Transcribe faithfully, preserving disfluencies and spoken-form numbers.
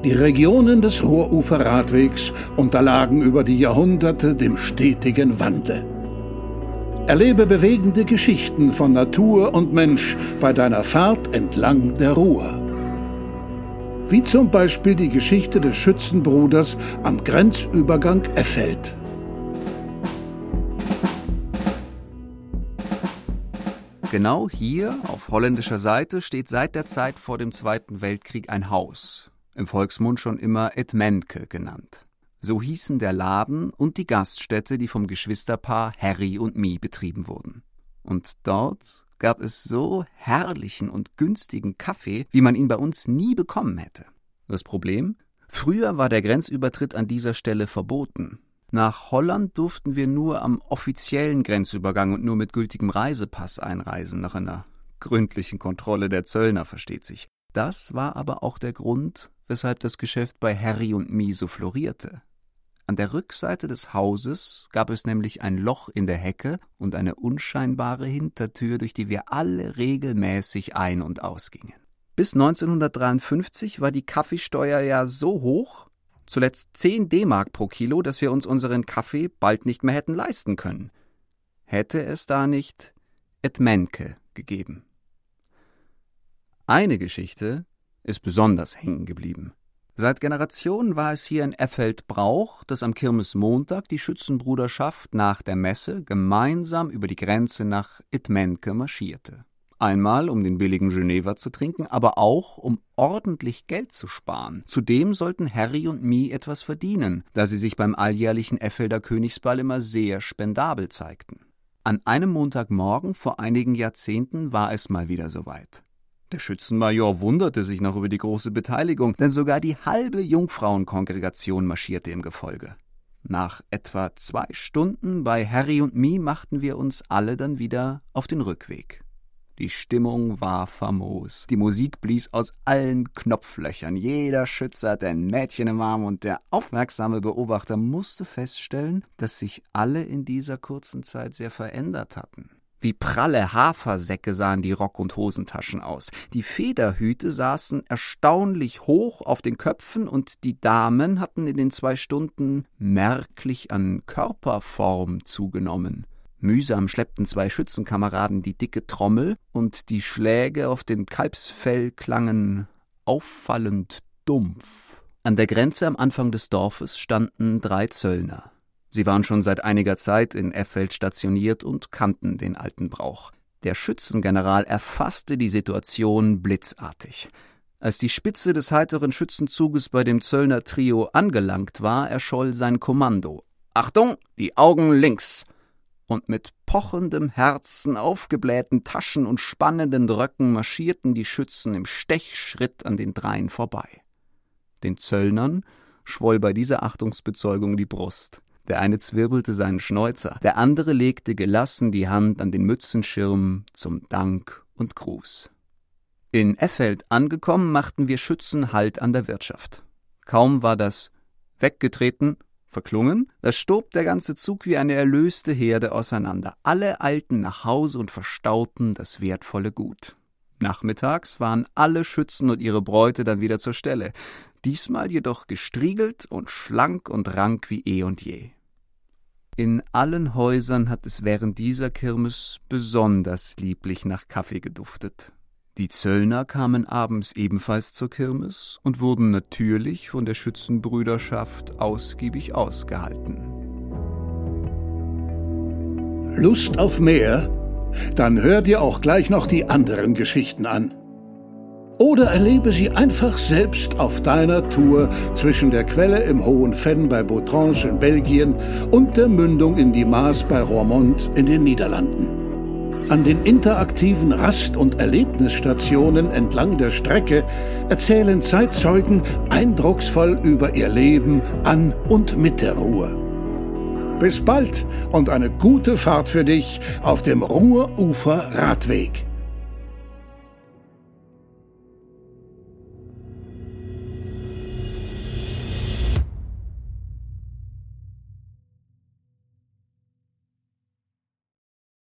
Die Regionen des Ruhrufer-Radwegs unterlagen über die Jahrhunderte dem stetigen Wandel. Erlebe bewegende Geschichten von Natur und Mensch bei deiner Fahrt entlang der Ruhr. Wie zum Beispiel die Geschichte des Schützenbruders am Grenzübergang Effeld. Genau hier, auf holländischer Seite, steht seit der Zeit vor dem Zweiten Weltkrieg ein Haus, im Volksmund schon immer Et Menke genannt. So hießen der Laden und die Gaststätte, die vom Geschwisterpaar Harry und Mie betrieben wurden. Und dort gab es so herrlichen und günstigen Kaffee, wie man ihn bei uns nie bekommen hätte. Das Problem? Früher war der Grenzübertritt an dieser Stelle verboten. Nach Holland durften wir nur am offiziellen Grenzübergang und nur mit gültigem Reisepass einreisen, nach einer gründlichen Kontrolle der Zöllner, versteht sich. Das war aber auch der Grund, weshalb das Geschäft bei Harry und Mie so florierte. An der Rückseite des Hauses gab es nämlich ein Loch in der Hecke und eine unscheinbare Hintertür, durch die wir alle regelmäßig ein- und ausgingen. Bis neunzehnhundertdreiundfünfzig war die Kaffeesteuer ja so hoch, zuletzt zehn D-Mark pro Kilo, dass wir uns unseren Kaffee bald nicht mehr hätten leisten können. Hätte es da nicht Et Menke gegeben. Eine Geschichte ist besonders hängen geblieben. Seit Generationen war es hier in Effeld Brauch, dass am Kirmesmontag die Schützenbruderschaft nach der Messe gemeinsam über die Grenze nach Et Menke marschierte. Einmal, um den billigen Geneva zu trinken, aber auch, um ordentlich Geld zu sparen. Zudem sollten Harry und Mie etwas verdienen, da sie sich beim alljährlichen Effelder Königsball immer sehr spendabel zeigten. An einem Montagmorgen vor einigen Jahrzehnten war es mal wieder soweit. Der Schützenmajor wunderte sich noch über die große Beteiligung, denn sogar die halbe Jungfrauenkongregation marschierte im Gefolge. Nach etwa zwei Stunden bei Harry und Mie machten wir uns alle dann wieder auf den Rückweg. Die Stimmung war famos. Die Musik blies aus allen Knopflöchern. Jeder Schütze hatte ein Mädchen im Arm und der aufmerksame Beobachter musste feststellen, dass sich alle in dieser kurzen Zeit sehr verändert hatten. Wie pralle Hafersäcke sahen die Rock- und Hosentaschen aus. Die Federhüte saßen erstaunlich hoch auf den Köpfen und die Damen hatten in den zwei Stunden merklich an Körperform zugenommen. Mühsam schleppten zwei Schützenkameraden die dicke Trommel und die Schläge auf dem Kalbsfell klangen auffallend dumpf. An der Grenze am Anfang des Dorfes standen drei Zöllner. Sie waren schon seit einiger Zeit in Effeld stationiert und kannten den alten Brauch. Der Schützengeneral erfasste die Situation blitzartig. Als die Spitze des heiteren Schützenzuges bei dem Zöllner-Trio angelangt war, erscholl sein Kommando. »Achtung, die Augen links!« Und mit pochendem Herzen, aufgeblähten Taschen und spannenden Röcken marschierten die Schützen im Stechschritt an den dreien vorbei. Den Zöllnern schwoll bei dieser Achtungsbezeugung die Brust. Der eine zwirbelte seinen Schnäuzer, der andere legte gelassen die Hand an den Mützenschirm zum Dank und Gruß. In Effeld angekommen, machten wir Schützen Halt an der Wirtschaft. Kaum war das weggetreten, verklungen, da stob der ganze Zug wie eine erlöste Herde auseinander. Alle eilten nach Hause und verstauten das wertvolle Gut. Nachmittags waren alle Schützen und ihre Bräute dann wieder zur Stelle, diesmal jedoch gestriegelt und schlank und rank wie eh und je. In allen Häusern hat es während dieser Kirmes besonders lieblich nach Kaffee geduftet. Die Zöllner kamen abends ebenfalls zur Kirmes und wurden natürlich von der Schützenbrüderschaft ausgiebig ausgehalten. Lust auf mehr? Dann hör dir auch gleich noch die anderen Geschichten an. Oder erlebe sie einfach selbst auf deiner Tour zwischen der Quelle im Hohen Venn bei Boutrange in Belgien und der Mündung in die Maas bei Roermond in den Niederlanden. An den interaktiven Rast- und Erlebnisstationen entlang der Strecke erzählen Zeitzeugen eindrucksvoll über ihr Leben an und mit der Ruhr. Bis bald und eine gute Fahrt für dich auf dem Ruhrufer Radweg.